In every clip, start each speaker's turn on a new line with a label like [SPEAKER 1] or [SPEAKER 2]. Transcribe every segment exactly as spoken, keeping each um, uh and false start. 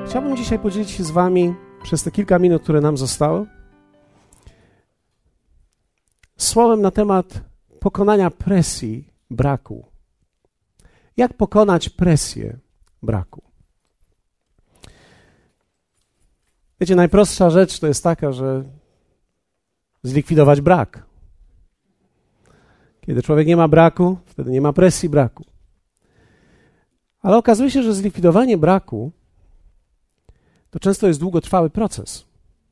[SPEAKER 1] Chciałbym dzisiaj podzielić się z wami przez te kilka minut, które nam zostało, słowem na temat pokonania presji braku. Jak pokonać presję braku? Wiecie, najprostsza rzecz to jest taka, że zlikwidować brak. Kiedy człowiek nie ma braku, wtedy nie ma presji braku. Ale okazuje się, że zlikwidowanie braku to często jest długotrwały proces.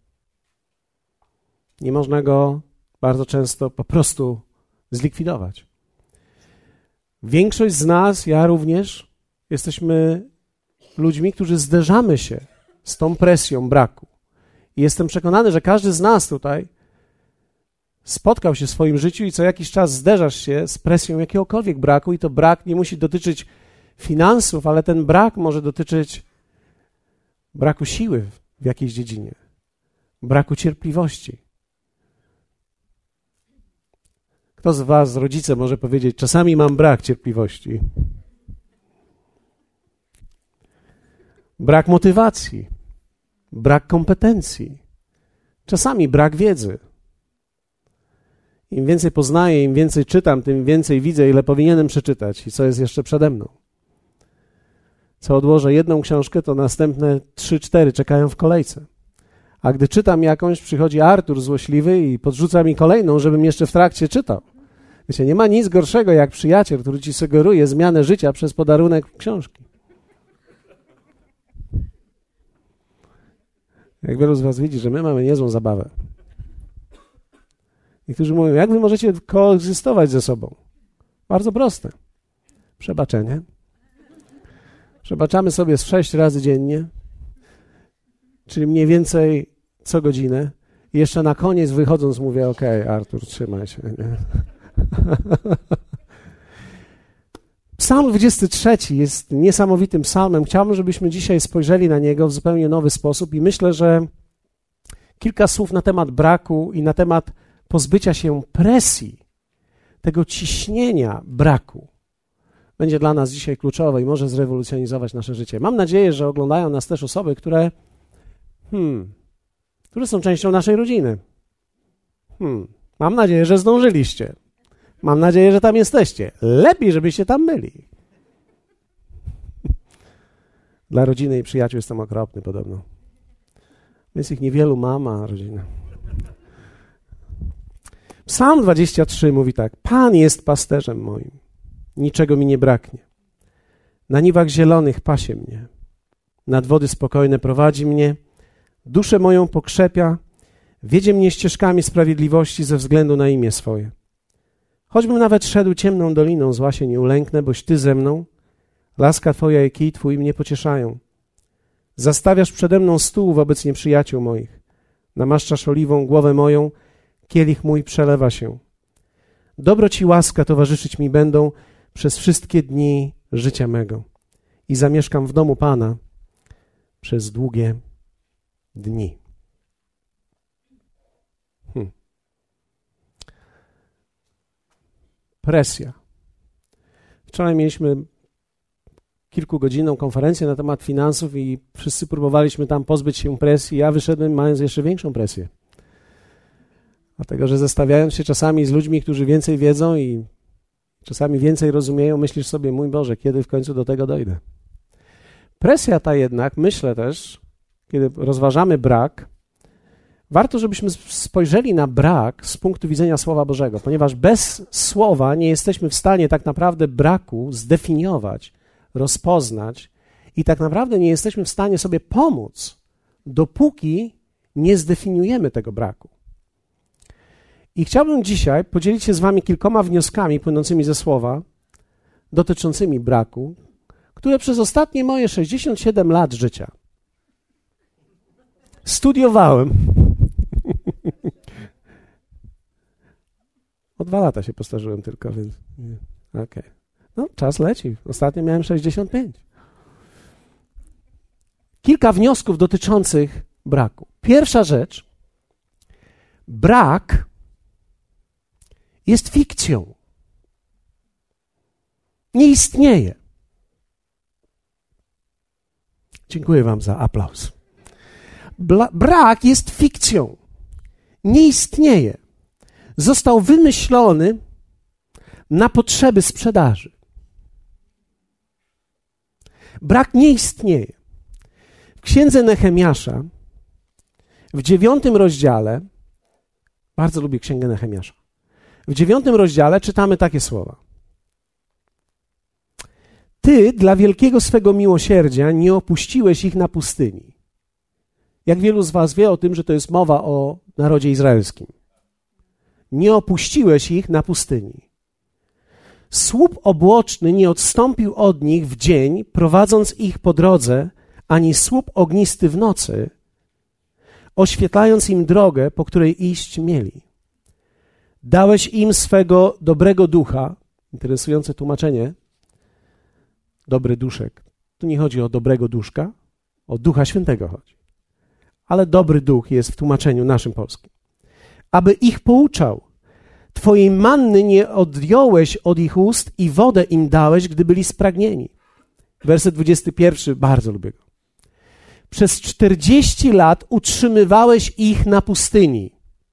[SPEAKER 1] Nie można go bardzo często po prostu zlikwidować. Większość z nas, ja również, jesteśmy ludźmi, którzy zderzamy się z tą presją braku. I jestem przekonany, że każdy z nas tutaj spotkał się w swoim życiu i co jakiś czas zderzasz się z presją jakiegokolwiek braku i to brak nie musi dotyczyć finansów, ale ten brak może dotyczyć braku siły w jakiejś dziedzinie, braku cierpliwości. Kto z was, rodzice, może powiedzieć, czasami mam brak cierpliwości, brak motywacji, brak kompetencji, czasami brak wiedzy. Im więcej poznaję, im więcej czytam, tym więcej widzę, ile powinienem przeczytać i co jest jeszcze przede mną. Co odłożę jedną książkę, to następne trzy, cztery czekają w kolejce. A gdy czytam jakąś, przychodzi Artur złośliwy i podrzuca mi kolejną, żebym jeszcze w trakcie czytał. Wiecie, nie ma nic gorszego jak przyjaciel, który ci sugeruje zmianę życia przez podarunek książki. Jak wielu z was widzi, że my mamy niezłą zabawę. Niektórzy mówią, jak wy możecie koegzystować ze sobą? Bardzo proste. Przebaczenie. Przebaczamy sobie z sześć razy dziennie, czyli mniej więcej co godzinę. I jeszcze na koniec wychodząc mówię, okej, okay, Artur, trzymaj się. Nie? Psalm dwudziesty trzeci jest niesamowitym psalmem. Chciałbym, żebyśmy dzisiaj spojrzeli na niego w zupełnie nowy sposób i myślę, że kilka słów na temat braku i na temat pozbycia się presji, tego ciśnienia braku będzie dla nas dzisiaj kluczowe i może zrewolucjonizować nasze życie. Mam nadzieję, że oglądają nas też osoby, które, hmm, które są częścią naszej rodziny. Hmm, mam nadzieję, że zdążyliście. Mam nadzieję, że tam jesteście. Lepiej, żebyście tam byli. Dla rodziny i przyjaciół jestem okropny podobno. Więc ich niewielu ma, ma rodzina. Psalm dwadzieścia trzy mówi tak. Pan jest pasterzem moim. Niczego mi nie braknie. Na niwach zielonych pasie mnie. Nad wody spokojne prowadzi mnie. Duszę moją pokrzepia. Wiedzie mnie ścieżkami sprawiedliwości ze względu na imię swoje. Choćbym nawet szedł ciemną doliną, zła się nie ulęknę, boś Ty ze mną. Łaska Twoja i kij Twój mnie pocieszają. Zastawiasz przede mną stół wobec nieprzyjaciół moich. Namaszczasz oliwą głowę moją, kielich mój przelewa się. Dobro Ci łaska towarzyszyć mi będą przez wszystkie dni życia mego i zamieszkam w domu Pana przez długie dni. Hmm. Presja. Wczoraj mieliśmy kilkugodzinną konferencję na temat finansów i wszyscy próbowaliśmy tam pozbyć się presji. Ja wyszedłem mając jeszcze większą presję. Dlatego, że zestawiając się czasami z ludźmi, którzy więcej wiedzą i czasami więcej rozumieją, myślisz sobie, mój Boże, kiedy w końcu do tego dojdę? Presja ta jednak, myślę też, kiedy rozważamy brak, warto, żebyśmy spojrzeli na brak z punktu widzenia Słowa Bożego, ponieważ bez Słowa nie jesteśmy w stanie tak naprawdę braku zdefiniować, rozpoznać i tak naprawdę nie jesteśmy w stanie sobie pomóc, dopóki nie zdefiniujemy tego braku. I chciałbym dzisiaj podzielić się z wami kilkoma wnioskami płynącymi ze Słowa dotyczącymi braku, które przez ostatnie moje sześćdziesiąt siedem lat życia studiowałem. O dwa lata się postarzyłem tylko, więc okej. Okay. No, czas leci. Ostatnio miałem sześćdziesiąt pięć. Kilka wniosków dotyczących braku. Pierwsza rzecz. Brak jest fikcją. Nie istnieje. Dziękuję wam za aplauz. Bla- brak jest fikcją. Nie istnieje. Został wymyślony na potrzeby sprzedaży. Brak nie istnieje. W księdze Nehemiasza, w dziewiątym rozdziale, bardzo lubię księgę Nehemiasza, w dziewiątym rozdziale czytamy takie słowa. Ty dla wielkiego swego miłosierdzia nie opuściłeś ich na pustyni. Jak wielu z was wie o tym, że to jest mowa o narodzie izraelskim. Nie opuściłeś ich na pustyni. Słup obłoczny nie odstąpił od nich w dzień, prowadząc ich po drodze, ani słup ognisty w nocy, oświetlając im drogę, po której iść mieli. Dałeś im swego dobrego ducha, interesujące tłumaczenie, dobry duszek. Tu nie chodzi o dobrego duszka, o Ducha Świętego chodzi. Ale dobry duch jest w tłumaczeniu naszym polskim. Aby ich pouczał. Twojej manny nie odjąłeś od ich ust i wodę im dałeś, gdy byli spragnieni. Werset dwudziesty pierwszy, bardzo lubię go. Przez czterdzieści lat utrzymywałeś ich na pustyni.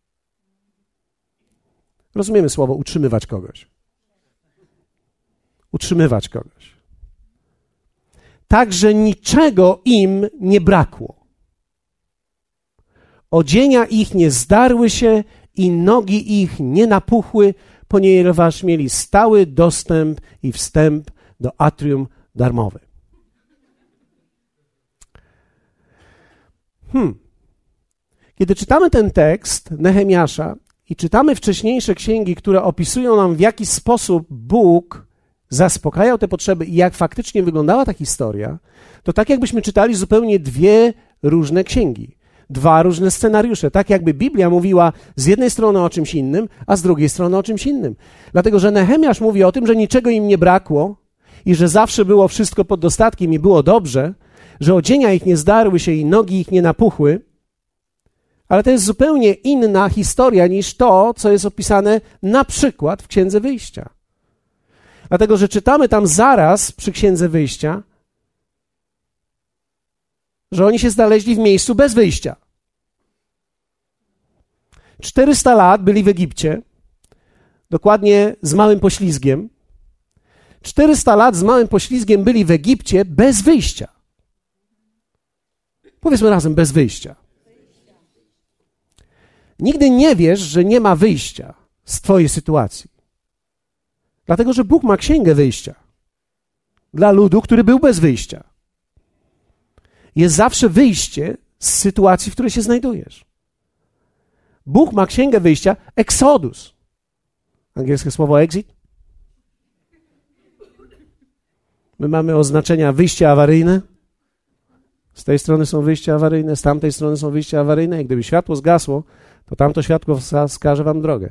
[SPEAKER 1] Rozumiemy słowo utrzymywać kogoś. Utrzymywać kogoś. Tak, że niczego im nie brakło. Odzienia ich nie zdarły się i nogi ich nie napuchły, ponieważ mieli stały dostęp i wstęp do atrium darmowy. Hmm. Kiedy czytamy ten tekst Nehemiasza i czytamy wcześniejsze księgi, które opisują nam, w jaki sposób Bóg zaspokajał te potrzeby i jak faktycznie wyglądała ta historia, to tak jakbyśmy czytali zupełnie dwie różne księgi. Dwa różne scenariusze, tak jakby Biblia mówiła z jednej strony o czymś innym, a z drugiej strony o czymś innym. Dlatego, że Nehemiasz mówi o tym, że niczego im nie brakło i że zawsze było wszystko pod dostatkiem i było dobrze, że odzienia ich nie zdarły się i nogi ich nie napuchły, ale to jest zupełnie inna historia niż to, co jest opisane na przykład w Księdze Wyjścia. Dlatego, że czytamy tam zaraz przy Księdze Wyjścia, że oni się znaleźli w miejscu bez wyjścia. czterysta lat byli w Egipcie, dokładnie z małym poślizgiem. czterysta lat z małym poślizgiem byli w Egipcie bez wyjścia. Powiedzmy razem, bez wyjścia. Nigdy nie wiesz, że nie ma wyjścia z twojej sytuacji. Dlatego, że Bóg ma księgę wyjścia dla ludu, który był bez wyjścia. Jest zawsze wyjście z sytuacji, w której się znajdujesz. Bóg ma księgę wyjścia, Exodus. Angielskie słowo exit. My mamy oznaczenia wyjście awaryjne. Z tej strony są wyjścia awaryjne, z tamtej strony są wyjścia awaryjne i gdyby światło zgasło, to tamto światło wskaże wam drogę.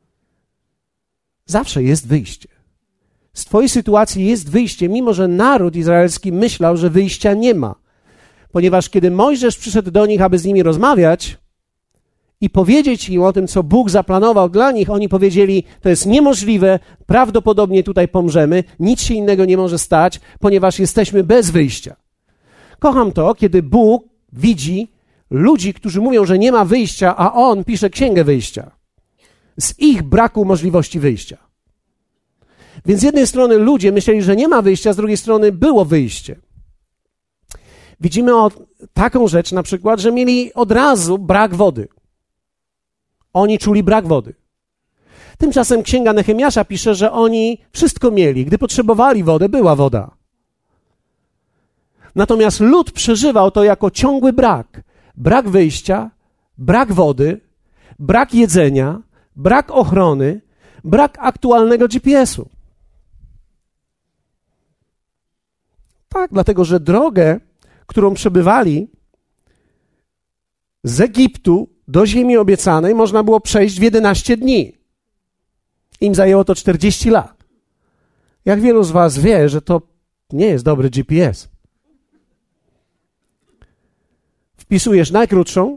[SPEAKER 1] Zawsze jest wyjście. Z twojej sytuacji jest wyjście, mimo że naród izraelski myślał, że wyjścia nie ma. Ponieważ kiedy Mojżesz przyszedł do nich, aby z nimi rozmawiać i powiedzieć im o tym, co Bóg zaplanował dla nich, oni powiedzieli, to jest niemożliwe, prawdopodobnie tutaj pomrzemy, nic się innego nie może stać, ponieważ jesteśmy bez wyjścia. Kocham to, kiedy Bóg widzi ludzi, którzy mówią, że nie ma wyjścia, a On pisze księgę wyjścia. Z ich braku możliwości wyjścia. Więc z jednej strony ludzie myśleli, że nie ma wyjścia, z drugiej strony było wyjście. Widzimy o, taką rzecz na przykład, że mieli od razu brak wody. Oni czuli brak wody. Tymczasem Księga Nehemiasza pisze, że oni wszystko mieli. Gdy potrzebowali wody, była woda. Natomiast lud przeżywał to jako ciągły brak. Brak wyjścia, brak wody, brak jedzenia, brak ochrony, brak aktualnego G P S u. Tak, dlatego że drogę, którą przebywali z Egiptu do ziemi obiecanej, można było przejść w jedenaście dni. Im zajęło to czterdzieści lat. Jak wielu z was wie, że to nie jest dobry G P S. Wpisujesz najkrótszą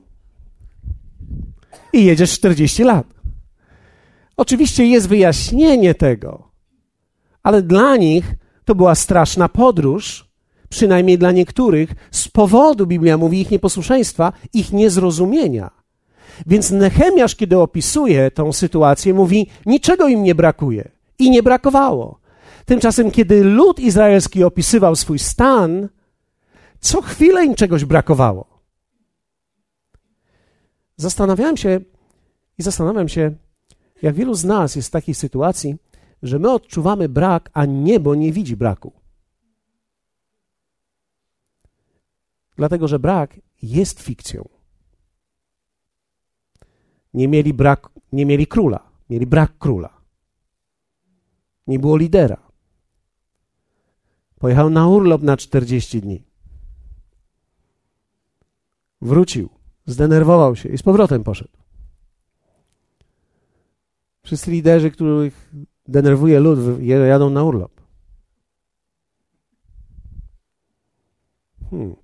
[SPEAKER 1] i jedziesz czterdzieści lat. Oczywiście jest wyjaśnienie tego, ale dla nich to była straszna podróż przynajmniej dla niektórych, z powodu, Biblia mówi, ich nieposłuszeństwa, ich niezrozumienia. Więc Nehemiasz, kiedy opisuje tą sytuację, mówi, niczego im nie brakuje i nie brakowało. Tymczasem, kiedy lud izraelski opisywał swój stan, co chwilę im czegoś brakowało. Zastanawiałem się i zastanawiam się, jak wielu z nas jest w takiej sytuacji, że my odczuwamy brak, a niebo nie widzi braku. Dlatego, że brak jest fikcją. Nie mieli, brak, nie mieli króla, mieli brak króla. Nie było lidera. Pojechał na urlop na czterdzieści dni. Wrócił, zdenerwował się i z powrotem poszedł. Wszyscy liderzy, których denerwuje lud, jadą na urlop. Hmm.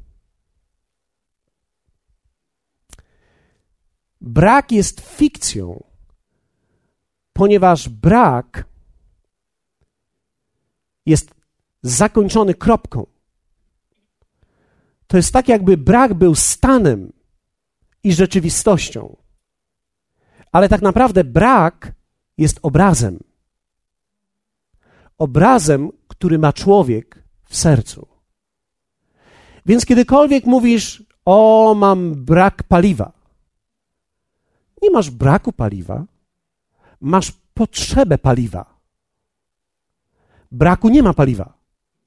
[SPEAKER 1] Brak jest fikcją, ponieważ brak jest zakończony kropką. To jest tak, jakby brak był stanem i rzeczywistością. Ale tak naprawdę brak jest obrazem. Obrazem, który ma człowiek w sercu. Więc kiedykolwiek mówisz, o, mam brak paliwa. Nie masz braku paliwa, masz potrzebę paliwa. Braku nie ma paliwa.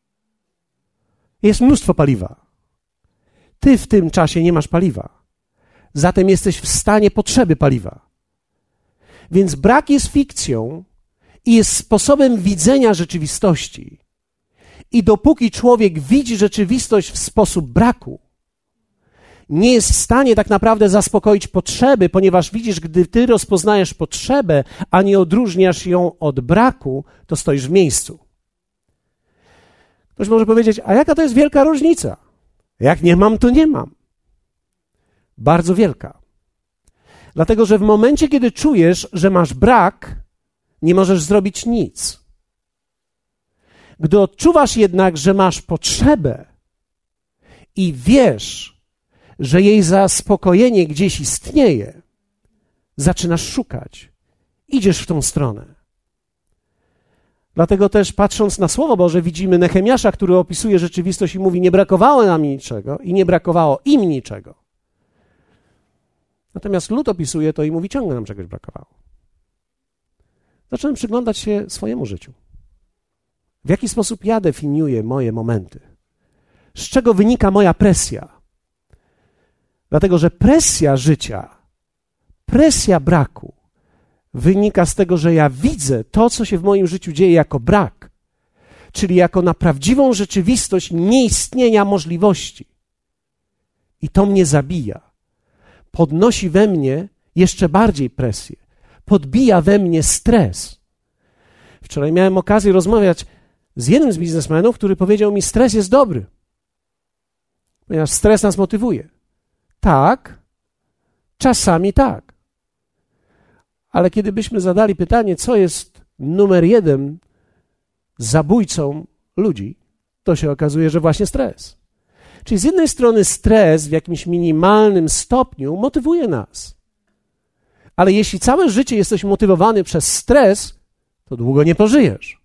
[SPEAKER 1] Jest mnóstwo paliwa. Ty w tym czasie nie masz paliwa. Zatem jesteś w stanie potrzeby paliwa. Więc brak jest fikcją i jest sposobem widzenia rzeczywistości. I dopóki człowiek widzi rzeczywistość w sposób braku, nie jest w stanie tak naprawdę zaspokoić potrzeby, ponieważ widzisz, gdy ty rozpoznajesz potrzebę, a nie odróżniasz ją od braku, to stoisz w miejscu. Ktoś może powiedzieć, a jaka to jest wielka różnica? Jak nie mam, to nie mam. Bardzo wielka. Dlatego, że w momencie, kiedy czujesz, że masz brak, nie możesz zrobić nic. Gdy odczuwasz jednak, że masz potrzebę i wiesz, że jej zaspokojenie gdzieś istnieje, zaczynasz szukać. Idziesz w tą stronę. Dlatego też patrząc na Słowo Boże widzimy Nehemiasza, który opisuje rzeczywistość i mówi, nie brakowało nam niczego i nie brakowało im niczego. Natomiast lud opisuje to i mówi, ciągle nam czegoś brakowało. Zacząłem przyglądać się swojemu życiu. W jaki sposób ja definiuję moje momenty? Z czego wynika moja presja? Dlatego, że presja życia, presja braku wynika z tego, że ja widzę to, co się w moim życiu dzieje jako brak, czyli jako na prawdziwą rzeczywistość nieistnienia możliwości. I to mnie zabija. Podnosi we mnie jeszcze bardziej presję. Podbija we mnie stres. Wczoraj miałem okazję rozmawiać z jednym z biznesmenów, który powiedział mi, stres jest dobry, ponieważ stres nas motywuje. Tak, czasami tak. Ale kiedy byśmy zadali pytanie, co jest numer jeden zabójcą ludzi, to się okazuje, że właśnie stres. Czyli z jednej strony stres w jakimś minimalnym stopniu motywuje nas. Ale jeśli całe życie jesteś motywowany przez stres, to długo nie pożyjesz.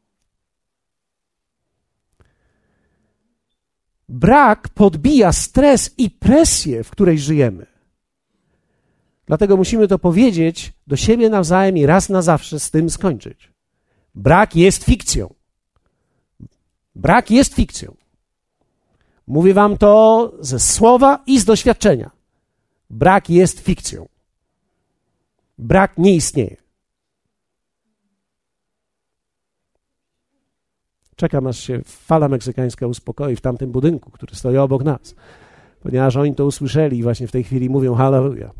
[SPEAKER 1] Brak podbija stres i presję, w której żyjemy. Dlatego musimy to powiedzieć do siebie nawzajem i raz na zawsze z tym skończyć. Brak jest fikcją. Brak jest fikcją. Mówię wam to ze słowa i z doświadczenia. Brak jest fikcją. Brak nie istnieje. Czekam, aż się fala meksykańska uspokoi w tamtym budynku, który stoi obok nas, ponieważ oni to usłyszeli i właśnie w tej chwili mówią halleluja.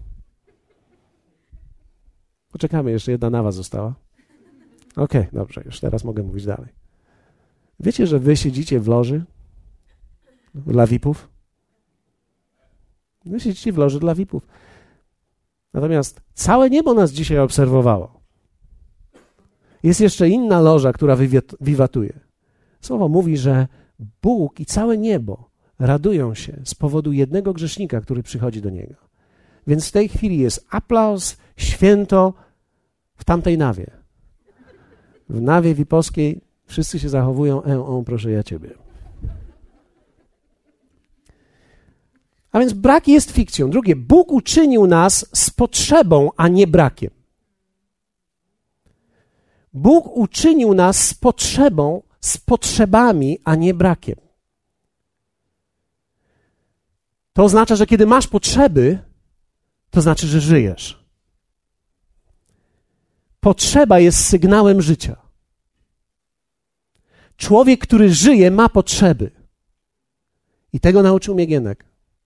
[SPEAKER 1] Poczekamy, jeszcze jedna nawa została. Okej, okay, dobrze, już teraz mogę mówić dalej. Wiecie, że wy siedzicie w loży dla V I P-ów? Wy siedzicie w loży dla V I P-ów. Natomiast całe niebo nas dzisiaj obserwowało. Jest jeszcze inna loża, która wiwatuje. Słowo mówi, że Bóg i całe niebo radują się z powodu jednego grzesznika, który przychodzi do Niego. Więc w tej chwili jest aplauz, święto w tamtej nawie. W nawie wipowskiej wszyscy się zachowują, e, o, proszę ja Ciebie. A więc brak jest fikcją. Drugie, Bóg uczynił nas z potrzebą, a nie brakiem. Bóg uczynił nas z potrzebą, z potrzebami, a nie brakiem. To oznacza, że kiedy masz potrzeby, to znaczy, że żyjesz. Potrzeba jest sygnałem życia. Człowiek, który żyje, ma potrzeby. I tego nauczył mnie Gienek.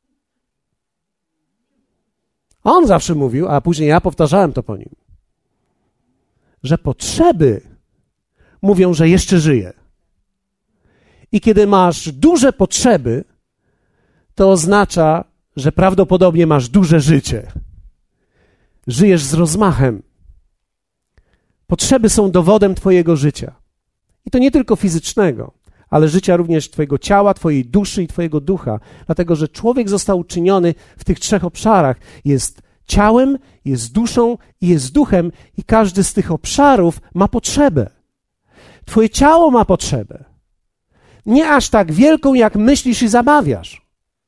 [SPEAKER 1] On zawsze mówił, a później ja powtarzałem to po nim, że potrzeby mówią, że jeszcze żyje. I kiedy masz duże potrzeby, to oznacza, że prawdopodobnie masz duże życie. Żyjesz z rozmachem. Potrzeby są dowodem twojego życia. I to nie tylko fizycznego, ale życia również twojego ciała, twojej duszy i twojego ducha. Dlatego, że człowiek został uczyniony w tych trzech obszarach. Jest ciałem, jest duszą i jest duchem i każdy z tych obszarów ma potrzebę. Twoje ciało ma potrzebę. Nie aż tak wielką, jak myślisz i zamawiasz.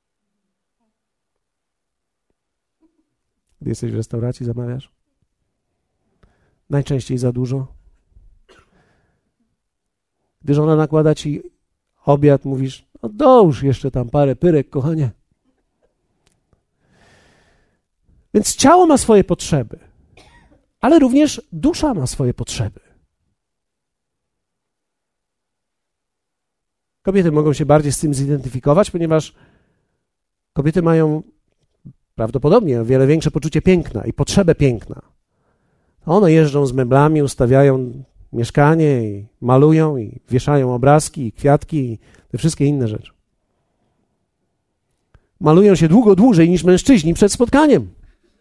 [SPEAKER 1] Gdy jesteś w restauracji, zamawiasz? Najczęściej za dużo. Gdy żona nakłada ci obiad, mówisz, no dołóż jeszcze tam parę pyrek, kochanie. Więc ciało ma swoje potrzeby, ale również dusza ma swoje potrzeby. Kobiety mogą się bardziej z tym zidentyfikować, ponieważ kobiety mają prawdopodobnie o wiele większe poczucie piękna i potrzebę piękna. One jeżdżą z meblami, ustawiają mieszkanie i malują i wieszają obrazki i kwiatki i te wszystkie inne rzeczy. Malują się długo dłużej niż mężczyźni przed spotkaniem.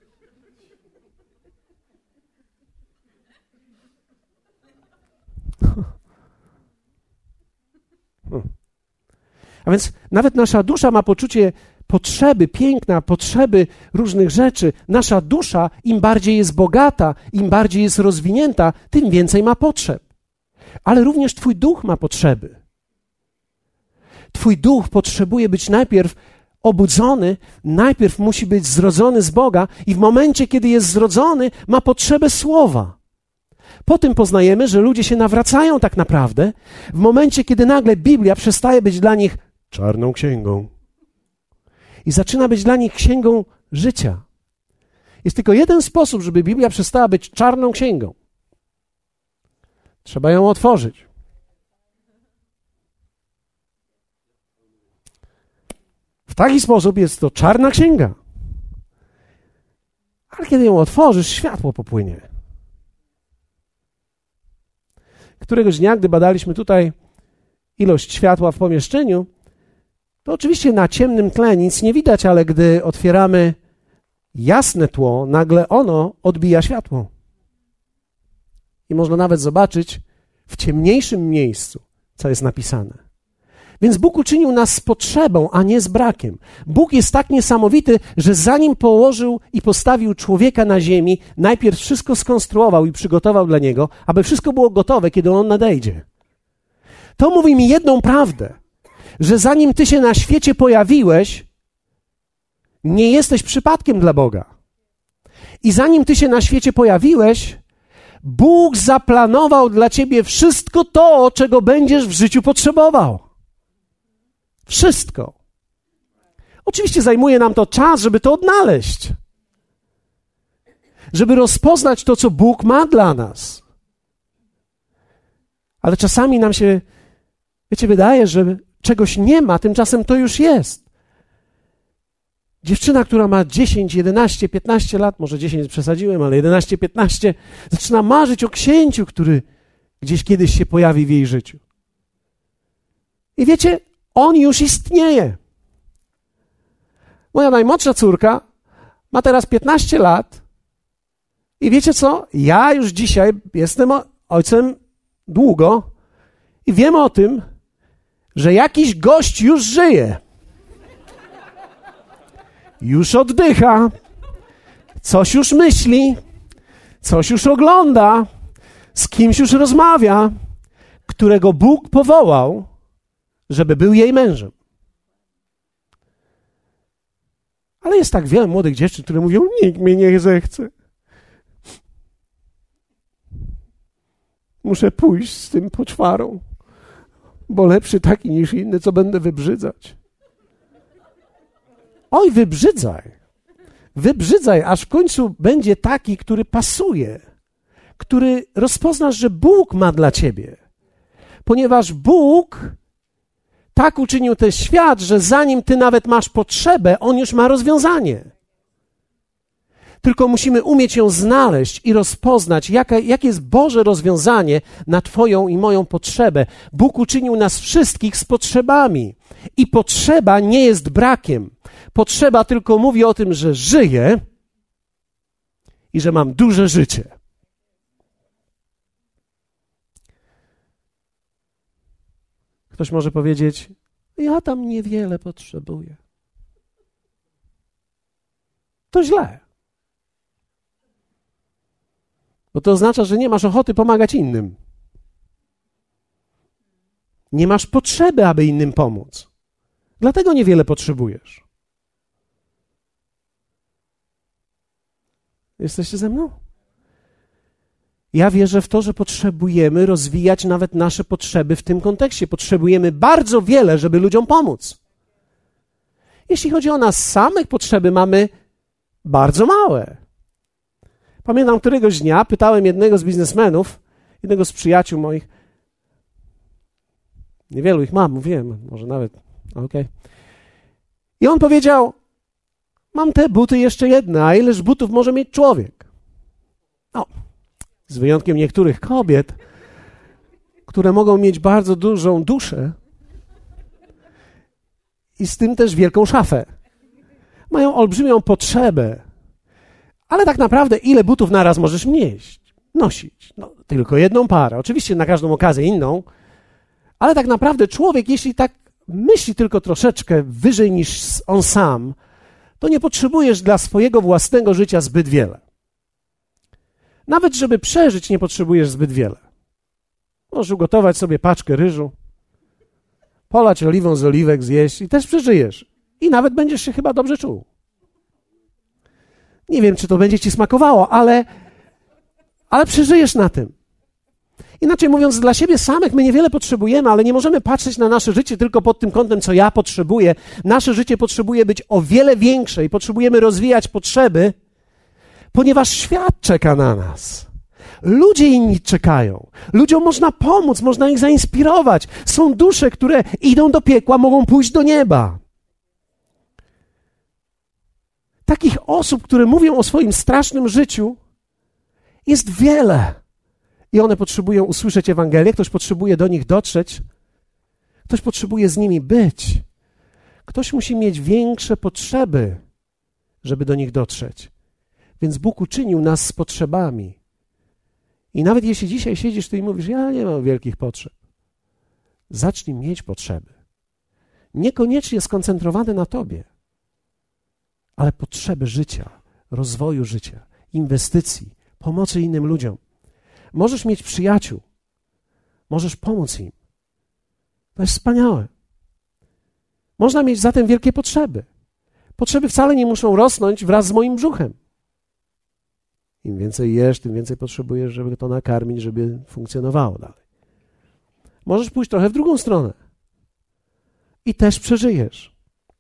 [SPEAKER 1] A więc nawet nasza dusza ma poczucie potrzeby piękna, potrzeby różnych rzeczy. Nasza dusza, im bardziej jest bogata, im bardziej jest rozwinięta, tym więcej ma potrzeb. Ale również twój duch ma potrzeby. Twój duch potrzebuje być najpierw obudzony, najpierw musi być zrodzony z Boga i w momencie, kiedy jest zrodzony, ma potrzebę słowa. Po tym poznajemy, że ludzie się nawracają tak naprawdę w momencie, kiedy nagle Biblia przestaje być dla nich czarną księgą i zaczyna być dla nich księgą życia. Jest tylko jeden sposób, żeby Biblia przestała być czarną księgą. Trzeba ją otworzyć. W taki sposób jest to czarna księga. Ale kiedy ją otworzysz, światło popłynie. Któregoś dnia, gdy badaliśmy tutaj ilość światła w pomieszczeniu, to oczywiście na ciemnym tle nic nie widać, ale gdy otwieramy jasne tło, nagle ono odbija światło. I można nawet zobaczyć w ciemniejszym miejscu, co jest napisane. Więc Bóg uczynił nas z potrzebą, a nie z brakiem. Bóg jest tak niesamowity, że zanim położył i postawił człowieka na ziemi, najpierw wszystko skonstruował i przygotował dla niego, aby wszystko było gotowe, kiedy on nadejdzie. To mówi mi jedną prawdę, że zanim ty się na świecie pojawiłeś, nie jesteś przypadkiem dla Boga. I zanim ty się na świecie pojawiłeś, Bóg zaplanował dla ciebie wszystko to, czego będziesz w życiu potrzebował. Wszystko. Oczywiście zajmuje nam to czas, żeby to odnaleźć. Żeby rozpoznać to, co Bóg ma dla nas. Ale czasami nam się, wiecie, wydaje, że czegoś nie ma, tymczasem to już jest. Dziewczyna, która ma dziesięć, jedenaście, piętnaście lat, może dziesięć przesadziłem, ale jedenaście, piętnaście, zaczyna marzyć o księciu, który gdzieś kiedyś się pojawi w jej życiu. I wiecie, on już istnieje. Moja najmłodsza córka ma teraz piętnaście lat i wiecie co? Ja już dzisiaj jestem ojcem długo i wiem o tym, że jakiś gość już żyje, już oddycha, coś już myśli, coś już ogląda, z kimś już rozmawia, którego Bóg powołał, żeby był jej mężem. Ale jest tak wiele młodych dziewczyn, które mówią, nikt mnie nie zechce. Muszę pójść z tym poczwarą, bo lepszy taki niż inny, co będę wybrzydzać. Oj, wybrzydzaj. Wybrzydzaj, aż w końcu będzie taki, który pasuje, który rozpoznasz, że Bóg ma dla ciebie. Ponieważ Bóg tak uczynił ten świat, że zanim ty nawet masz potrzebę, On już ma rozwiązanie. Tylko musimy umieć ją znaleźć i rozpoznać, jaka, jakie jest Boże rozwiązanie na twoją i moją potrzebę. Bóg uczynił nas wszystkich z potrzebami. I potrzeba nie jest brakiem. Potrzeba tylko mówi o tym, że żyję i że mam duże życie. Ktoś może powiedzieć, ja tam niewiele potrzebuję. To źle. Bo to oznacza, że nie masz ochoty pomagać innym. Nie masz potrzeby, aby innym pomóc. Dlatego niewiele potrzebujesz. Jesteście ze mną? Ja wierzę w to, że potrzebujemy rozwijać nawet nasze potrzeby w tym kontekście. Potrzebujemy bardzo wiele, żeby ludziom pomóc. Jeśli chodzi o nas samych, potrzeby mamy bardzo małe. Pamiętam, któregoś dnia pytałem jednego z biznesmenów, jednego z przyjaciół moich, niewielu ich mam, mówiłem, może nawet, okej. Okay. I on powiedział, mam te buty jeszcze jedne, a ileż butów może mieć człowiek? No, z wyjątkiem niektórych kobiet, które mogą mieć bardzo dużą duszę i z tym też wielką szafę. Mają olbrzymią potrzebę. Ale tak naprawdę ile butów naraz możesz nieść, nosić? No, tylko jedną parę. Oczywiście na każdą okazję inną, ale tak naprawdę człowiek, jeśli tak myśli tylko troszeczkę wyżej niż on sam, to nie potrzebujesz dla swojego własnego życia zbyt wiele. Nawet żeby przeżyć, nie potrzebujesz zbyt wiele. Możesz ugotować sobie paczkę ryżu, polać oliwą z oliwek, zjeść i też przeżyjesz. I nawet będziesz się chyba dobrze czuł. Nie wiem, czy to będzie ci smakowało, ale, ale przeżyjesz na tym. Inaczej mówiąc, dla siebie samych my niewiele potrzebujemy, ale nie możemy patrzeć na nasze życie tylko pod tym kątem, co ja potrzebuję. Nasze życie potrzebuje być o wiele większe i potrzebujemy rozwijać potrzeby, ponieważ świat czeka na nas. Ludzie inni czekają. Ludziom można pomóc, można ich zainspirować. Są dusze, które idą do piekła, mogą pójść do nieba. Takich osób, które mówią o swoim strasznym życiu, jest wiele. I one potrzebują usłyszeć Ewangelię, ktoś potrzebuje do nich dotrzeć, ktoś potrzebuje z nimi być. Ktoś musi mieć większe potrzeby, żeby do nich dotrzeć. Więc Bóg uczynił nas z potrzebami. I nawet jeśli dzisiaj siedzisz tu i mówisz, ja nie mam wielkich potrzeb, zacznij mieć potrzeby. Niekoniecznie skoncentrowane na tobie, ale potrzeby życia, rozwoju życia, inwestycji, pomocy innym ludziom. Możesz mieć przyjaciół, możesz pomóc im. To jest wspaniałe. Można mieć zatem wielkie potrzeby. Potrzeby wcale nie muszą rosnąć wraz z moim brzuchem. Im więcej jesz, tym więcej potrzebujesz, żeby to nakarmić, żeby funkcjonowało dalej. Możesz pójść trochę w drugą stronę i też przeżyjesz.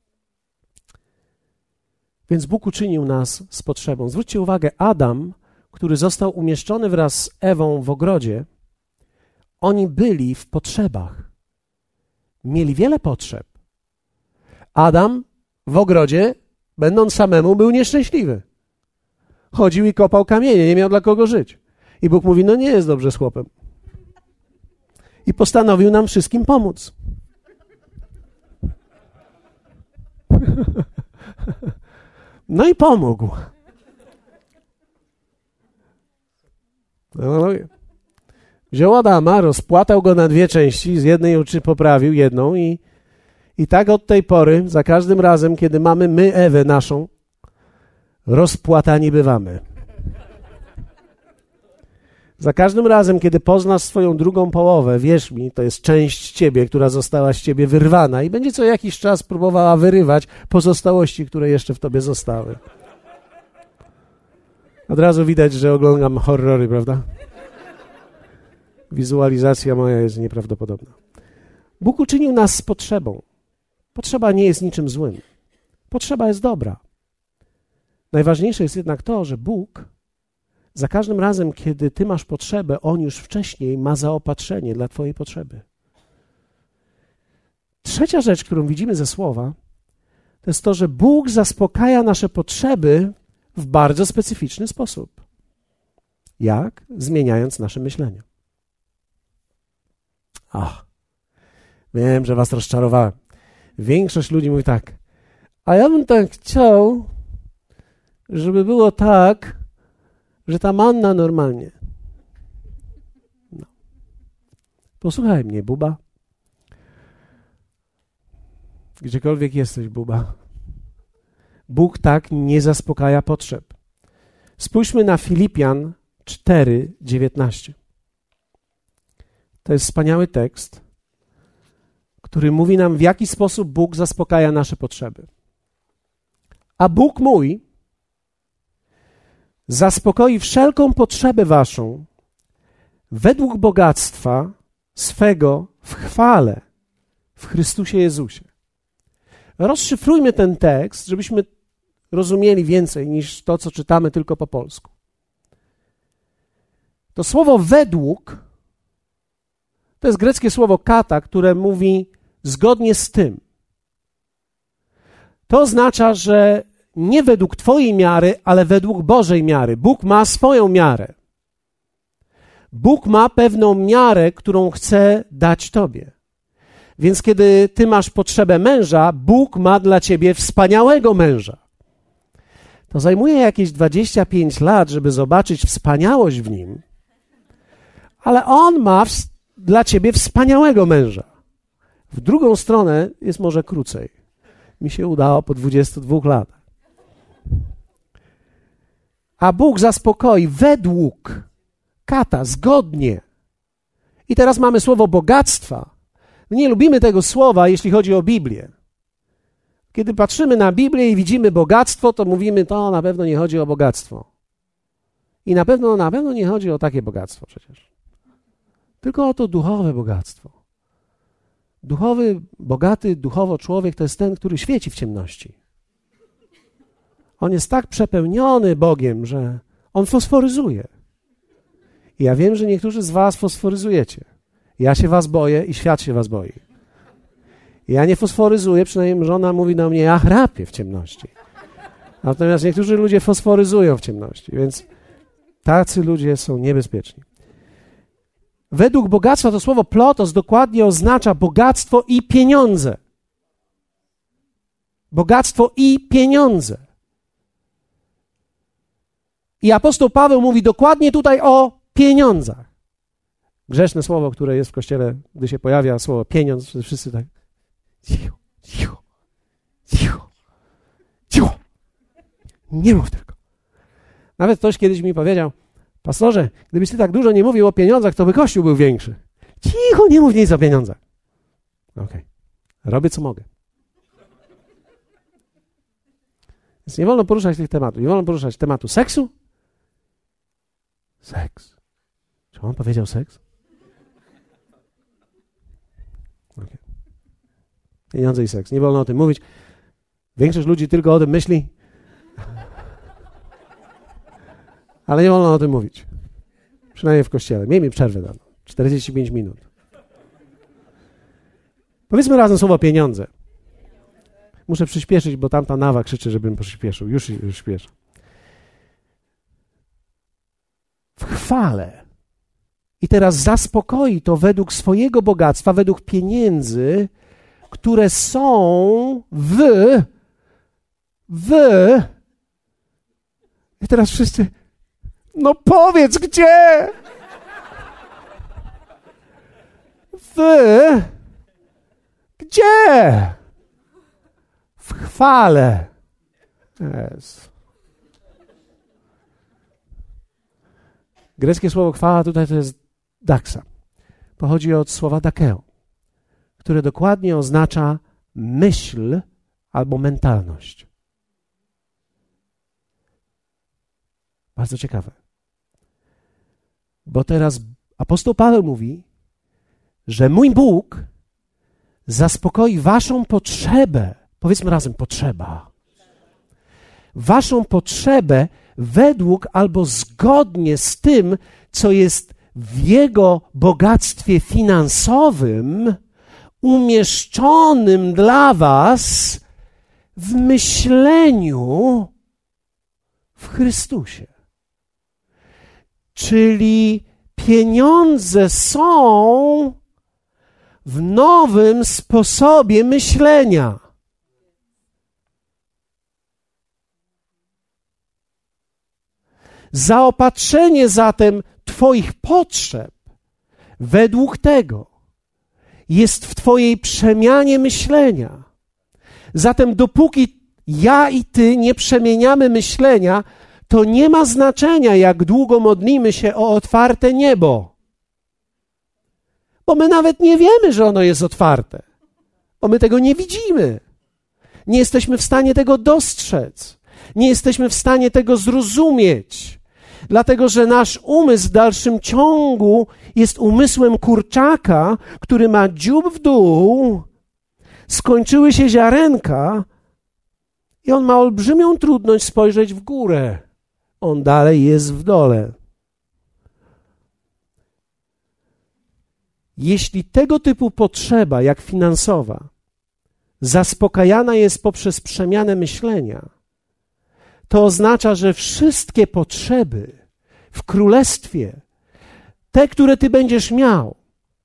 [SPEAKER 1] Więc Bóg uczynił nas z potrzebą. Zwróćcie uwagę, Adam, który został umieszczony wraz z Ewą w ogrodzie, oni byli w potrzebach. Mieli wiele potrzeb. Adam w ogrodzie, będąc samemu, był nieszczęśliwy. Chodził i kopał kamienie, nie miał dla kogo żyć. I Bóg mówi, no nie jest dobrze z chłopem. I postanowił nam wszystkim pomóc. No i pomógł. Wziął Adama, rozpłatał go na dwie części, z jednej oczy poprawił jedną i, i tak od tej pory, za każdym razem, kiedy mamy my Ewę naszą, rozpłatani bywamy. Za każdym razem, kiedy poznasz swoją drugą połowę, wierz mi, to jest część ciebie, która została z ciebie wyrwana i będzie co jakiś czas próbowała wyrywać pozostałości, które jeszcze w tobie zostały. Od razu widać, że oglądam horrory, prawda? Wizualizacja moja jest nieprawdopodobna. Bóg uczynił nas z potrzebą. Potrzeba nie jest niczym złym. Potrzeba jest dobra. Najważniejsze jest jednak to, że Bóg za każdym razem, kiedy ty masz potrzebę, On już wcześniej ma zaopatrzenie dla twojej potrzeby. Trzecia rzecz, którą widzimy ze Słowa, to jest to, że Bóg zaspokaja nasze potrzeby w bardzo specyficzny sposób. Jak? Zmieniając nasze myślenie. Ach, wiem, że was rozczarowałem. Większość ludzi mówi tak, a ja bym tak chciał, żeby było tak, że ta manna normalnie. No. Posłuchaj mnie, buba. Gdziekolwiek jesteś, buba. Bóg tak nie zaspokaja potrzeb. Spójrzmy na Filipian cztery, dziewiętnaście. To jest wspaniały tekst, który mówi nam, w jaki sposób Bóg zaspokaja nasze potrzeby. A Bóg mój zaspokoi wszelką potrzebę waszą według bogactwa swego w chwale w Chrystusie Jezusie. Rozszyfrujmy ten tekst, żebyśmy rozumieli więcej niż to, co czytamy tylko po polsku. To słowo według to jest greckie słowo kata, które mówi zgodnie z tym. To oznacza, że nie według twojej miary, ale według Bożej miary. Bóg ma swoją miarę. Bóg ma pewną miarę, którą chce dać tobie. Więc kiedy ty masz potrzebę męża, Bóg ma dla ciebie wspaniałego męża. To zajmuje jakieś dwadzieścia pięć lat, żeby zobaczyć wspaniałość w nim, ale on ma w, dla ciebie wspaniałego męża. W drugą stronę jest może krócej. Mi się udało po dwudziestu dwóch latach. A Bóg zaspokoi według kata, zgodnie. I teraz mamy słowo bogactwa. Nie lubimy tego słowa, jeśli chodzi o Biblię. Kiedy patrzymy na Biblię i widzimy bogactwo, to mówimy, to na pewno nie chodzi o bogactwo. I na pewno, na pewno nie chodzi o takie bogactwo przecież. Tylko o to duchowe bogactwo. Duchowy, bogaty duchowo człowiek to jest ten, który świeci w ciemności. On jest tak przepełniony Bogiem, że on fosforyzuje. I ja wiem, że niektórzy z was fosforyzujecie. Ja się was boję i świat się was boi. Ja nie fosforyzuję, przynajmniej żona mówi do mnie, ja chrapię w ciemności. Natomiast niektórzy ludzie fosforyzują w ciemności, więc tacy ludzie są niebezpieczni. Według bogactwa to słowo plotos dokładnie oznacza bogactwo i pieniądze. Bogactwo i pieniądze. I apostoł Paweł mówi dokładnie tutaj o pieniądzach. Grzeszne słowo, które jest w Kościele, gdy się pojawia słowo pieniądz, wszyscy tak cicho, cicho, cicho, cicho. Nie mów tylko. Nawet ktoś kiedyś mi powiedział, pastorze, gdybyś ty tak dużo nie mówił o pieniądzach, to by Kościół był większy. Cicho, nie mów nic o pieniądzach. Okej, okay. Robię co mogę. Więc nie wolno poruszać tych tematów. Nie wolno poruszać tematu seksu. Seks. Czy on powiedział seks? Okay. Pieniądze i seks. Nie wolno o tym mówić. Większość ludzi tylko o tym myśli. Ale nie wolno o tym mówić. Przynajmniej w kościele. Miejmy przerwę dano. czterdzieści pięć minut. Powiedzmy razem słowo pieniądze. Muszę przyspieszyć, bo tamta nawa krzyczy, żebym przyspieszył. Już, już śpieszę. W chwale. I teraz zaspokoi to według swojego bogactwa, według pieniędzy, które są w, w. I teraz wszyscy, no powiedz gdzie? w... Gdzie? W chwale. Jezu. Greckie słowo chwała tutaj to jest daksa. Pochodzi od słowa dakeo, które dokładnie oznacza myśl albo mentalność. Bardzo ciekawe. Bo teraz apostoł Paweł mówi, że mój Bóg zaspokoi waszą potrzebę. Powiedzmy razem, potrzeba. Waszą potrzebę według albo zgodnie z tym, co jest w Jego bogactwie finansowym, umieszczonym dla was w myśleniu w Chrystusie. Czyli pieniądze są w nowym sposobie myślenia. Zaopatrzenie zatem twoich potrzeb według tego jest w twojej przemianie myślenia. Zatem dopóki ja i ty nie przemieniamy myślenia, to nie ma znaczenia, jak długo modlimy się o otwarte niebo. Bo my nawet nie wiemy, że ono jest otwarte. Bo my tego nie widzimy. Nie jesteśmy w stanie tego dostrzec. Nie jesteśmy w stanie tego zrozumieć. Dlatego, że nasz umysł w dalszym ciągu jest umysłem kurczaka, który ma dziób w dół, skończyły się ziarenka i on ma olbrzymią trudność spojrzeć w górę. On dalej jest w dole. Jeśli tego typu potrzeba, jak finansowa, zaspokajana jest poprzez przemianę myślenia, to oznacza, że wszystkie potrzeby w królestwie, te, które ty będziesz miał,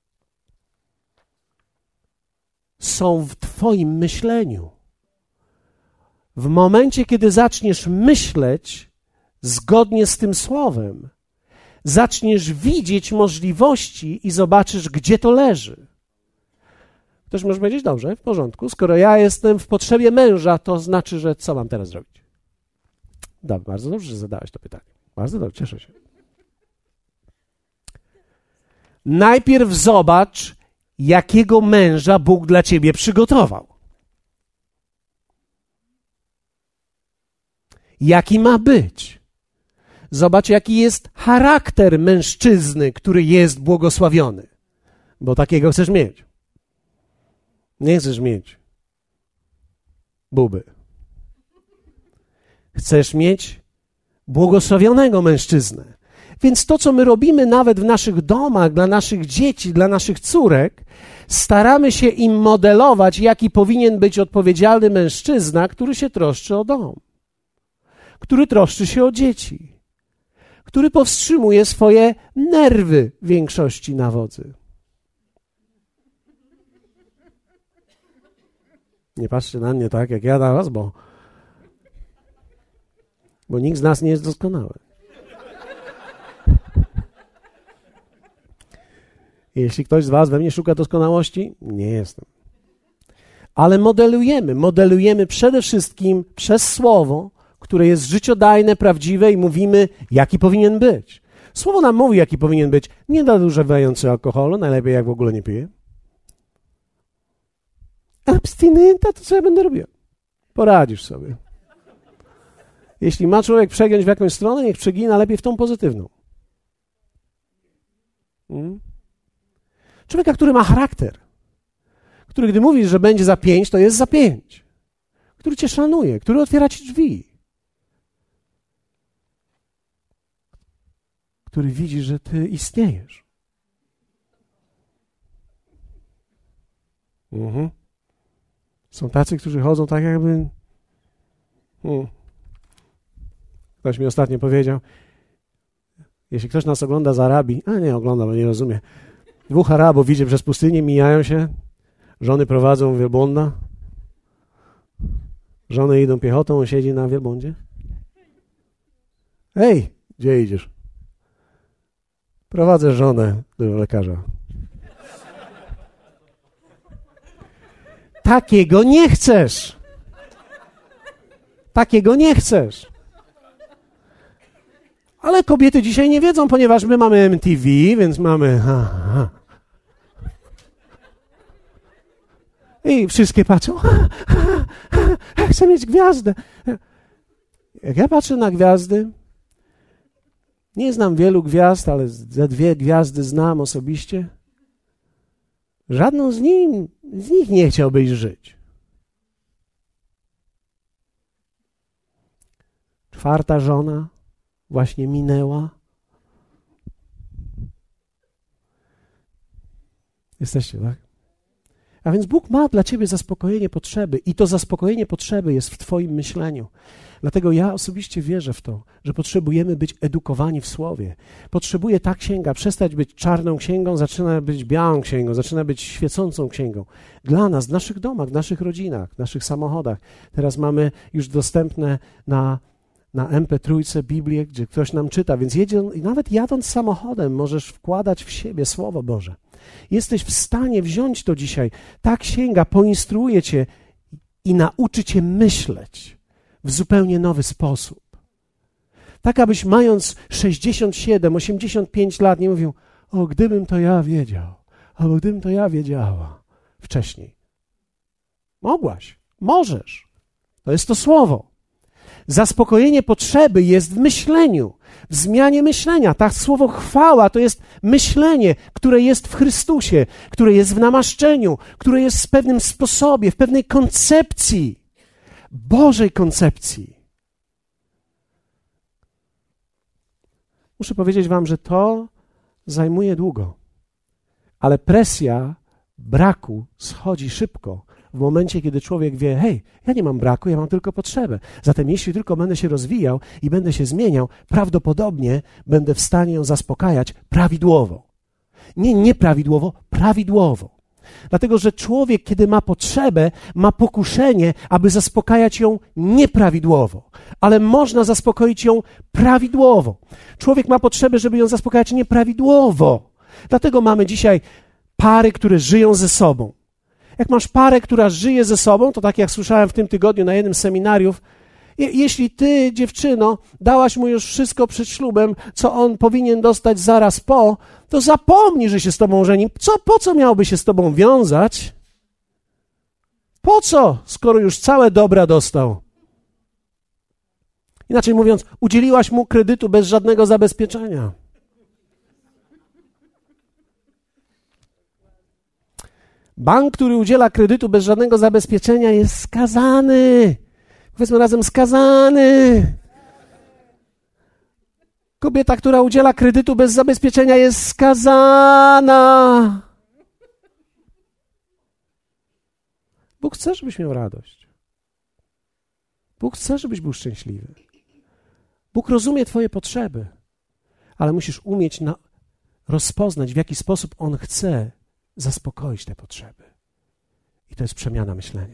[SPEAKER 1] są w twoim myśleniu. W momencie, kiedy zaczniesz myśleć zgodnie z tym słowem, zaczniesz widzieć możliwości i zobaczysz, gdzie to leży. Ktoś może powiedzieć, dobrze, w porządku, skoro ja jestem w potrzebie męża, to znaczy, że co mam teraz zrobić? Dobrze, bardzo dobrze, że zadałeś to pytanie. Bardzo dobrze, cieszę się. Najpierw zobacz, jakiego męża Bóg dla ciebie przygotował. Jaki ma być? Zobacz, jaki jest charakter mężczyzny, który jest błogosławiony. Bo takiego chcesz mieć. Nie chcesz mieć buby. Chcesz mieć błogosławionego mężczyznę. Więc to, co my robimy nawet w naszych domach, dla naszych dzieci, dla naszych córek, staramy się im modelować, jaki powinien być odpowiedzialny mężczyzna, który się troszczy o dom, który troszczy się o dzieci, który powstrzymuje swoje nerwy w większości na wodzy. Nie patrzcie na mnie tak, jak ja na was, bo, bo nikt z nas nie jest doskonały. Jeśli ktoś z was we mnie szuka doskonałości, nie jestem. Ale modelujemy, modelujemy przede wszystkim przez słowo, które jest życiodajne, prawdziwe i mówimy, jaki powinien być. Słowo nam mówi, jaki powinien być. Nie nadużywający alkoholu, najlepiej jak w ogóle nie pije. Abstynenta, to co ja będę robił? Poradzisz sobie. Jeśli ma człowiek przegiąć w jakąś stronę, niech przegina lepiej w tą pozytywną. Hmm? Człowieka, który ma charakter, który gdy mówisz, że będzie za pięć, to jest za pięć. Który cię szanuje, który otwiera ci drzwi. Który widzi, że ty istniejesz. Mhm. Są tacy, którzy chodzą tak jakby... Hmm. Ktoś mi ostatnio powiedział, jeśli ktoś nas ogląda z Arabii, a nie ogląda, bo nie rozumie, dwóch Arabów idzie przez pustynię, mijają się, żony prowadzą wielbłąda, żony idą piechotą, on siedzi na wielbłądzie. Ej, gdzie idziesz? Prowadzę żonę do lekarza. takiego nie chcesz. Takiego nie chcesz. Ale kobiety dzisiaj nie wiedzą, ponieważ my mamy M T V, więc mamy... Ha, ha. I wszystkie patrzą, ha, ha, ha, chcę mieć gwiazdę. Jak ja patrzę na gwiazdy, nie znam wielu gwiazd, ale ze dwie gwiazdy znam osobiście. Żadną z nich, z nich nie chciałbyś żyć. Czwarta żona właśnie minęła. Jesteście, tak? A więc Bóg ma dla ciebie zaspokojenie potrzeby i to zaspokojenie potrzeby jest w twoim myśleniu. Dlatego ja osobiście wierzę w to, że potrzebujemy być edukowani w Słowie. Potrzebuje ta księga przestać być czarną księgą, zaczyna być białą księgą, zaczyna być świecącą księgą. Dla nas, w naszych domach, w naszych rodzinach, w naszych samochodach. Teraz mamy już dostępne na, na em pe trzy Biblię, gdzie ktoś nam czyta, więc jedzie, nawet jadąc samochodem możesz wkładać w siebie Słowo Boże. Jesteś w stanie wziąć to dzisiaj. Ta księga poinstruuje cię i nauczy cię myśleć w zupełnie nowy sposób. Tak, abyś mając sześćdziesiąt siedem, osiemdziesiąt pięć lat nie mówił, o, gdybym to ja wiedział, albo gdybym to ja wiedziała wcześniej. Mogłaś, możesz. To jest to słowo. Zaspokojenie potrzeby jest w myśleniu, w zmianie myślenia. Tak, słowo chwała to jest myślenie, które jest w Chrystusie, które jest w namaszczeniu, które jest w pewnym sposobie, w pewnej koncepcji, Bożej koncepcji. Muszę powiedzieć wam, że to zajmuje długo, ale presja braku schodzi szybko w momencie, kiedy człowiek wie, hej, ja nie mam braku, ja mam tylko potrzebę. Zatem jeśli tylko będę się rozwijał i będę się zmieniał, prawdopodobnie będę w stanie ją zaspokajać prawidłowo. Nie nieprawidłowo, prawidłowo. Dlatego, że człowiek, kiedy ma potrzebę, ma pokuszenie, aby zaspokajać ją nieprawidłowo. Ale można zaspokoić ją prawidłowo. Człowiek ma potrzebę, żeby ją zaspokajać nieprawidłowo. Dlatego mamy dzisiaj pary, które żyją ze sobą. Jak masz parę, która żyje ze sobą, to tak jak słyszałem w tym tygodniu na jednym z seminariów, je, jeśli ty, dziewczyno, dałaś mu już wszystko przed ślubem, co on powinien dostać zaraz po, to zapomnij, że się z tobą żeni. Co, po co miałby się z tobą wiązać? Po co, skoro już całe dobra dostał? Inaczej mówiąc, udzieliłaś mu kredytu bez żadnego zabezpieczenia. Bank, który udziela kredytu bez żadnego zabezpieczenia, jest skazany. Powiedzmy razem, skazany. Kobieta, która udziela kredytu bez zabezpieczenia, jest skazana. Bóg chce, żebyś miał radość. Bóg chce, żebyś był szczęśliwy. Bóg rozumie twoje potrzeby, ale musisz umieć na, rozpoznać, w jaki sposób On chce zaspokoić te potrzeby. I to jest przemiana myślenia.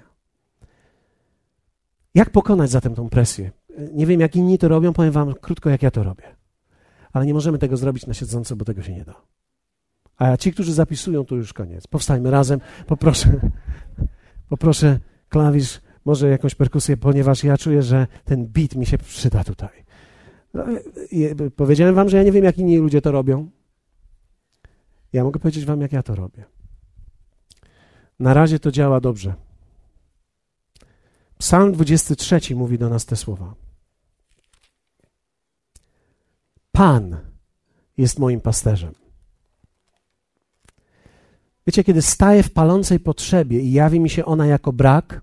[SPEAKER 1] Jak pokonać zatem tą presję? Nie wiem, jak inni to robią, powiem wam krótko, jak ja to robię. Ale nie możemy tego zrobić na siedząco, bo tego się nie da. A ci, którzy zapisują, to już koniec. Powstańmy razem. Poproszę, poproszę klawisz, może jakąś perkusję, ponieważ ja czuję, że ten beat mi się przyda tutaj. Powiedziałem wam, że ja nie wiem, jak inni ludzie to robią. Ja mogę powiedzieć wam, jak ja to robię. Na razie to działa dobrze. Psalm dwudziesty trzeci mówi do nas te słowa. Pan jest moim pasterzem. Wiecie, kiedy staję w palącej potrzebie i jawi mi się ona jako brak,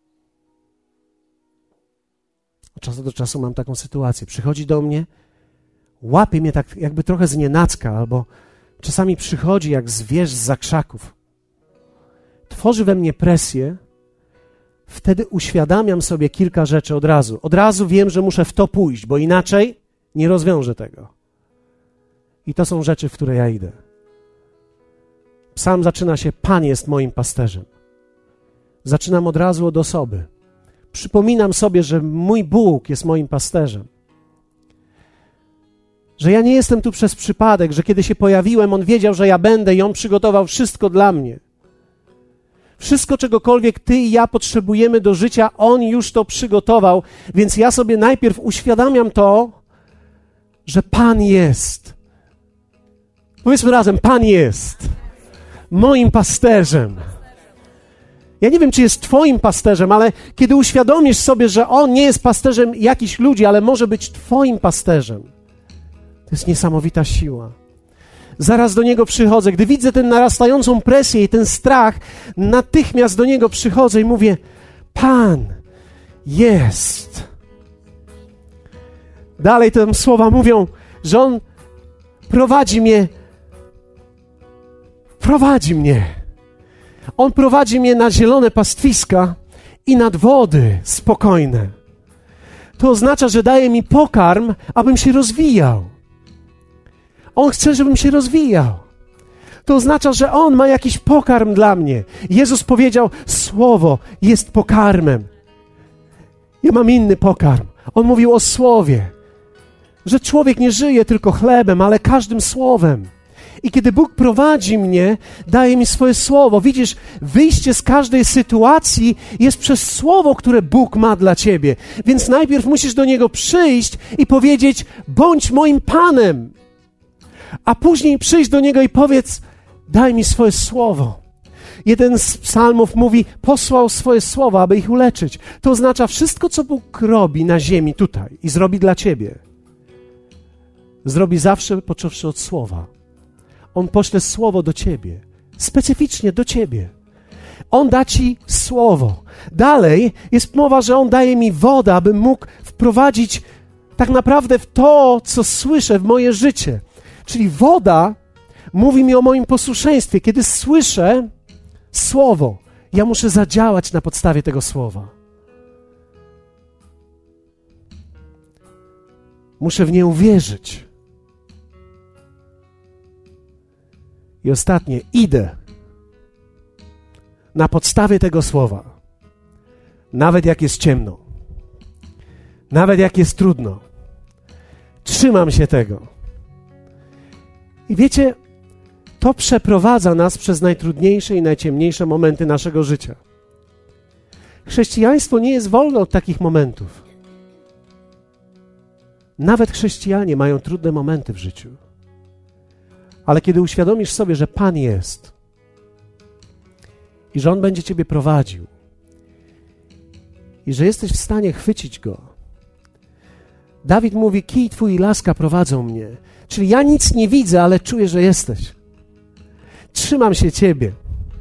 [SPEAKER 1] od czasu do czasu mam taką sytuację. Przychodzi do mnie, łapie mnie tak jakby trochę znienacka, albo czasami przychodzi jak zwierz zza krzaków. Tworzy we mnie presję, wtedy uświadamiam sobie kilka rzeczy od razu. Od razu wiem, że muszę w to pójść, bo inaczej nie rozwiążę tego. I to są rzeczy, w które ja idę. Psalm zaczyna się, Pan jest moim pasterzem. Zaczynam od razu od osoby. Przypominam sobie, że mój Bóg jest moim pasterzem. Że ja nie jestem tu przez przypadek, że kiedy się pojawiłem, On wiedział, że ja będę i On przygotował wszystko dla mnie. Wszystko, czegokolwiek ty i ja potrzebujemy do życia, On już to przygotował, więc ja sobie najpierw uświadamiam to, że Pan jest. Powiedzmy razem, Pan jest moim pasterzem. Ja nie wiem, czy jest twoim pasterzem, ale kiedy uświadomisz sobie, że On nie jest pasterzem jakichś ludzi, ale może być twoim pasterzem, to jest niesamowita siła. Zaraz do Niego przychodzę. Gdy widzę tę narastającą presję i ten strach, natychmiast do Niego przychodzę i mówię, Pan jest. Dalej te słowa mówią, że On prowadzi mnie, prowadzi mnie. On prowadzi mnie na zielone pastwiska i nad wody spokojne. To oznacza, że daje mi pokarm, abym się rozwijał. On chce, żebym się rozwijał. To oznacza, że On ma jakiś pokarm dla mnie. Jezus powiedział, Słowo jest pokarmem. Ja mam inny pokarm. On mówił o Słowie, że człowiek nie żyje tylko chlebem, ale każdym słowem. I kiedy Bóg prowadzi mnie, daje mi swoje Słowo. Widzisz, wyjście z każdej sytuacji jest przez Słowo, które Bóg ma dla ciebie. Więc najpierw musisz do Niego przyjść i powiedzieć, bądź moim Panem. A później przyjść do Niego i powiedz, daj mi swoje Słowo. Jeden z psalmów mówi, posłał swoje słowa, aby ich uleczyć. To oznacza, wszystko, co Bóg robi na ziemi tutaj i zrobi dla ciebie, zrobi zawsze począwszy od Słowa. On pośle Słowo do ciebie, specyficznie do ciebie. On da ci Słowo. Dalej jest mowa, że On daje mi wodę, abym mógł wprowadzić tak naprawdę w to, co słyszę, w moje życie. Czyli woda mówi mi o moim posłuszeństwie. Kiedy słyszę Słowo, ja muszę zadziałać na podstawie tego Słowa. Muszę w nie uwierzyć. I ostatnie, idę na podstawie tego Słowa. Nawet jak jest ciemno. Nawet jak jest trudno. Trzymam się tego. I wiecie, to przeprowadza nas przez najtrudniejsze i najciemniejsze momenty naszego życia. Chrześcijaństwo nie jest wolne od takich momentów. Nawet chrześcijanie mają trudne momenty w życiu. Ale kiedy uświadomisz sobie, że Pan jest i że On będzie ciebie prowadził i że jesteś w stanie chwycić Go. Dawid mówi, kij Twój i laska prowadzą mnie. Czyli ja nic nie widzę, ale czuję, że jesteś. Trzymam się Ciebie.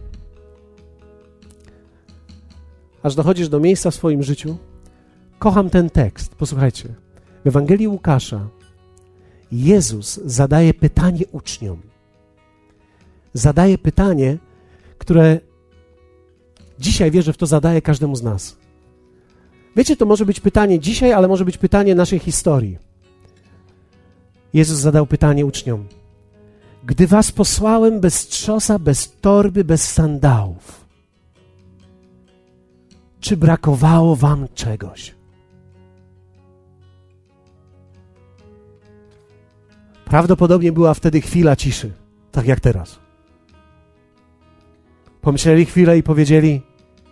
[SPEAKER 1] Aż dochodzisz do miejsca w swoim życiu. Kocham ten tekst. Posłuchajcie. W Ewangelii Łukasza Jezus zadaje pytanie uczniom. Zadaje pytanie, które dzisiaj wierzę w to zadaje każdemu z nas. Wiecie, to może być pytanie dzisiaj, ale może być pytanie naszej historii. Jezus zadał pytanie uczniom. Gdy was posłałem bez trzosa, bez torby, bez sandałów, czy brakowało wam czegoś? Prawdopodobnie była wtedy chwila ciszy, tak jak teraz. Pomyśleli chwilę i powiedzieli,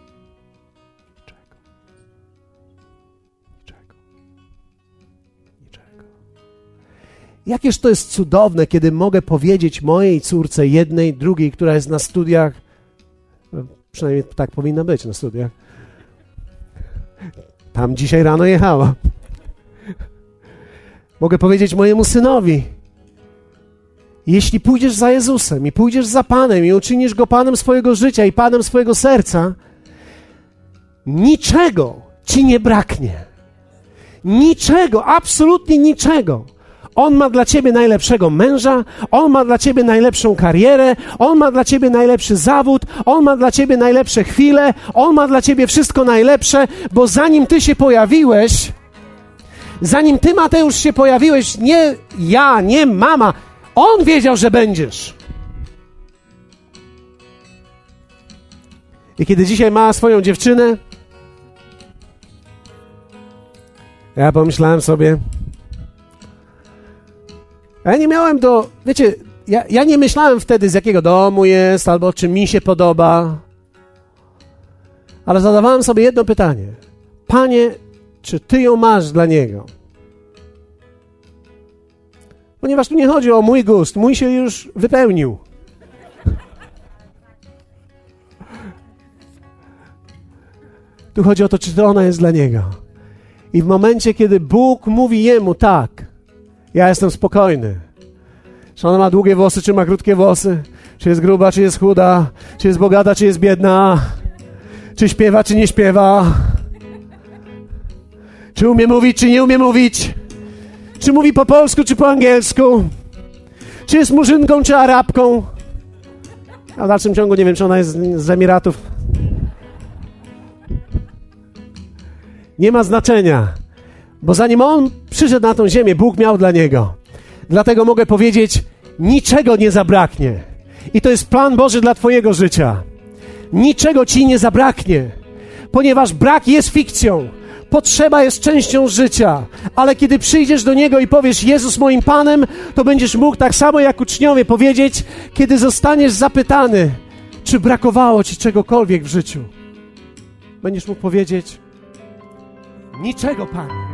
[SPEAKER 1] jakież to jest cudowne, kiedy mogę powiedzieć mojej córce, jednej, drugiej, która jest na studiach, przynajmniej tak powinna być na studiach, tam dzisiaj rano jechała. Mogę powiedzieć mojemu synowi, jeśli pójdziesz za Jezusem i pójdziesz za Panem i uczynisz Go Panem swojego życia i Panem swojego serca, niczego ci nie braknie. Niczego, absolutnie niczego. On ma dla ciebie najlepszego męża, On ma dla ciebie najlepszą karierę, On ma dla ciebie najlepszy zawód, On ma dla ciebie najlepsze chwile, On ma dla ciebie wszystko najlepsze, bo zanim ty się pojawiłeś, zanim ty, Mateusz, się pojawiłeś, nie ja, nie mama, On wiedział, że będziesz. I kiedy dzisiaj ma swoją dziewczynę, ja pomyślałem sobie, ja nie miałem do, wiecie, ja, ja nie myślałem wtedy, z jakiego domu jest, albo czy mi się podoba. Ale zadawałem sobie jedno pytanie. Panie, czy Ty ją masz dla Niego? Ponieważ tu nie chodzi o mój gust, mój się już wypełnił. Tu chodzi o to, czy to ona jest dla Niego. I w momencie, kiedy Bóg mówi Jemu tak, ja jestem spokojny. Czy ona ma długie włosy, czy ma krótkie włosy? Czy jest gruba, czy jest chuda? Czy jest bogata, czy jest biedna? Czy śpiewa, czy nie śpiewa? Czy umie mówić, czy nie umie mówić? Czy mówi po polsku, czy po angielsku? Czy jest murzynką, czy Arabką? A w dalszym ciągu nie wiem, czy ona jest z Emiratów. Nie ma znaczenia, bo zanim on przyszedł na tą ziemię, Bóg miał dla niego. Dlatego mogę powiedzieć, niczego nie zabraknie. I to jest plan Boży dla twojego życia. Niczego ci nie zabraknie, ponieważ brak jest fikcją. Potrzeba jest częścią życia, ale kiedy przyjdziesz do Niego i powiesz, Jezus moim Panem, to będziesz mógł tak samo jak uczniowie powiedzieć, kiedy zostaniesz zapytany, czy brakowało ci czegokolwiek w życiu. Będziesz mógł powiedzieć, niczego, Panie.